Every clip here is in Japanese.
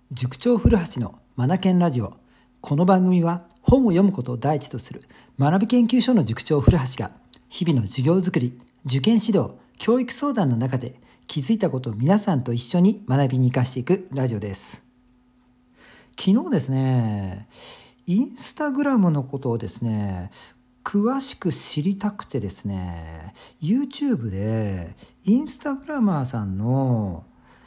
塾長古橋のマナケンラジオ。この番組は本を読むことを第一とする学び研究所の塾長古橋が日々の授業づくり、受験指導、教育相談の中で気づいたことを皆さんと一緒に学びに生かしていくラジオです。昨日ですね、インスタグラムのことをですね、詳しく知りたくてですね、YouTube でインスタグラマーさんの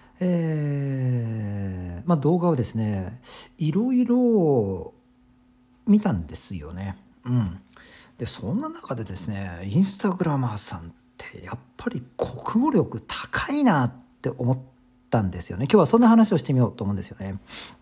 動画をですねいろいろ見たんですよね。でそんな中でですね、インスタグラマーさんってやっぱり国語力高いなって思ったんですよね。今日はそんな話をしてみようと思うんですよね。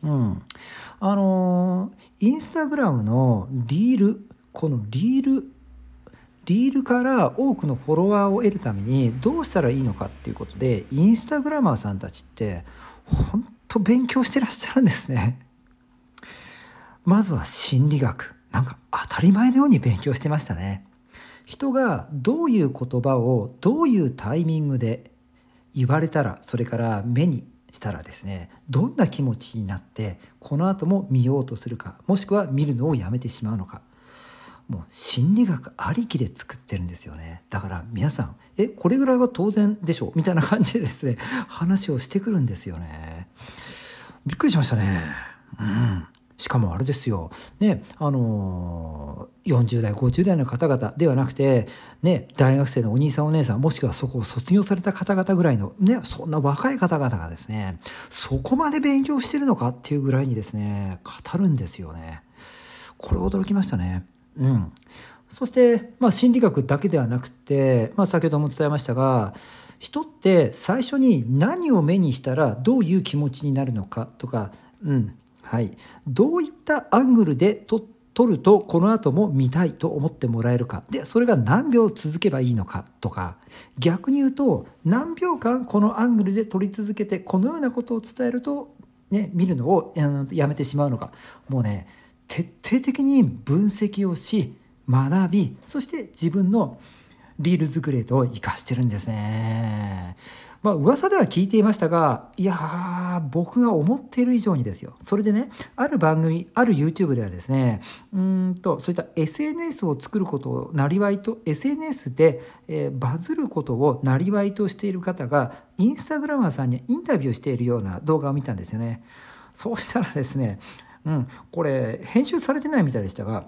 インスタグラムのリール、このリールから多くのフォロワーを得るためにどうしたらいいのかっていうことで、インスタグラマーさんたちって本当勉強してらっしゃるんですね。まずは心理学、なんか当たり前のように勉強してましたね。人がどういう言葉をどういうタイミングで言われたら、それから目にしたらですね、どんな気持ちになってこの後も見ようとするか、もしくは見るのをやめてしまうのか、もう心理学ありきで作ってるんですよね。だから皆さんこれぐらいは当然でしょみたいな感じでですね、話をしてくるんですよね。びっくりしましたね。しかもあれですよね、40代50代の方々ではなくてね、大学生のお兄さんお姉さん、もしくはそこを卒業された方々ぐらいのね、そんな若い方々がですね、そこまで勉強してるのかっていうぐらいにですね語るんですよね。これ驚きましたね。そして、心理学だけではなくて、先ほども伝えましたが、人って最初に何を目にしたらどういう気持ちになるのかとか、どういったアングルで撮るとこの後も見たいと思ってもらえるか、でそれが何秒続けばいいのかとか、逆に言うと何秒間このアングルで撮り続けてこのようなことを伝えると、見るのをやめてしまうのか、もうね徹底的に分析をし学び、そして自分のリール作りを生かしてるんですね。噂では聞いていましたが、いやー、僕が思っている以上にですよ。それでね、ある番組、ある YouTube ではですね、そういった SNS を作ることをなりわいと、SNS で、バズることをなりわいとしている方がインスタグラマーさんにインタビューしているような動画を見たんですよね。そうしたらですね、これ編集されてないみたいでしたが、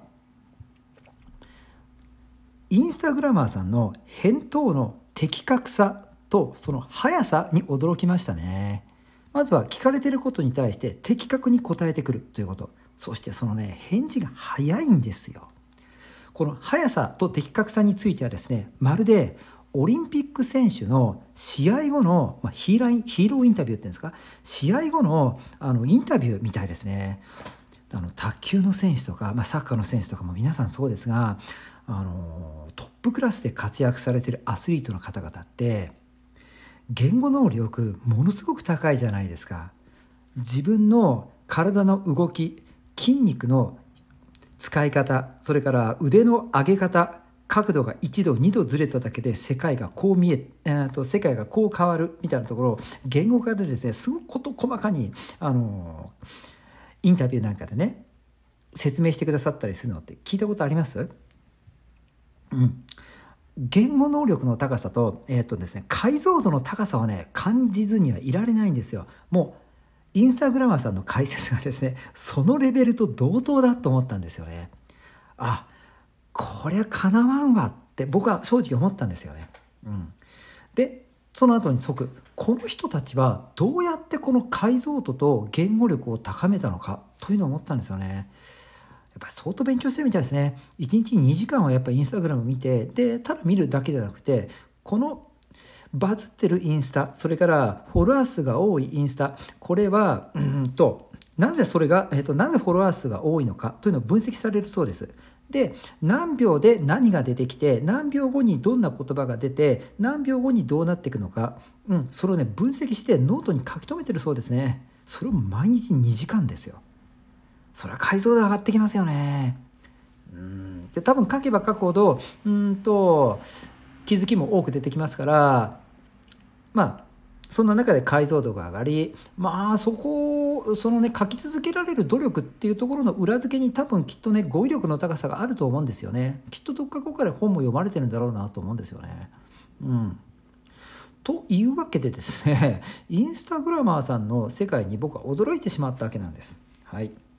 インスタグラマーさんの返答の的確さとその速さに驚きましたね。まずは聞かれていることに対して的確に答えてくるということ。そしてそのね、返事が早いんですよ。この速さと的確さについてはですね、まるでオリンピック選手の試合後の、ヒーローインタビューっていうんですか、試合後のインタビューみたいですね。卓球の選手とか、サッカーの選手とかも皆さんそうですが、トップクラスで活躍されているアスリートの方々って言語能力ものすごく高いじゃないですか。自分の体の動き、筋肉の使い方、それから腕の上げ方、角度が1度2度ずれただけで世界がこう世界がこう変わるみたいなところを言語化でですね、すごく事細かにインタビューなんかでね説明してくださったりするのって聞いたことあります？言語能力の高さと、解像度の高さはね感じずにはいられないんですよ。もうインスタグラマーさんの解説がですね、そのレベルと同等だと思ったんですよね。こりゃかなわんわって僕は正直思ったんですよね。でその後にこの人たちはどうやってこの解像度と言語力を高めたのかというのを思ったんですよね。やっぱり相当勉強してるみたいですね。1日2時間はやっぱりインスタグラム見て、でただ見るだけじゃなくて、このバズってるインスタ、それからフォロワー数が多いインスタ、これはなぜそれが、なぜフォロワー数が多いのかというのを分析されるそうです。で何秒で何が出てきて、何秒後にどんな言葉が出て、何秒後にどうなっていくのか、それをね分析してノートに書き留めてるそうですね。それを毎日2時間ですよ。それは解像度上がってきますよね。で多分書けば書くほど気づきも多く出てきますから、 そんな中で解像度が上がり、そのね書き続けられる努力っていうところの裏付けに多分きっとね語彙力の高さがあると思うんですよね。きっとどっかここかで本も読まれてるんだろうなと思うんですよね。というわけでですね、インスタグラマーさんの世界に僕は驚いてしまったわけなんです。はい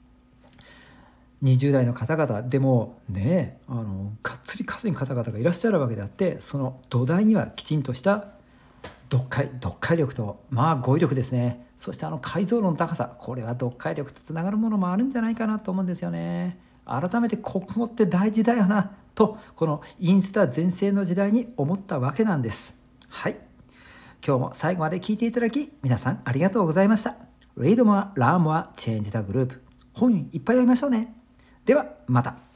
。20代の方々でもね、がっつり稼ぐ方々がいらっしゃるわけであって、その土台にはきちんとした読解力と語彙力ですね。そして解像度の高さ、これは読解力とつながるものもあるんじゃないかなと思うんですよね。改めて国語って大事だよなと、このインスタ全盛の時代に思ったわけなんです。はい。今日も最後まで聞いていただき皆さんありがとうございました。Read more, learn more, change the group。本いっぱい読みましょうね。ではまた。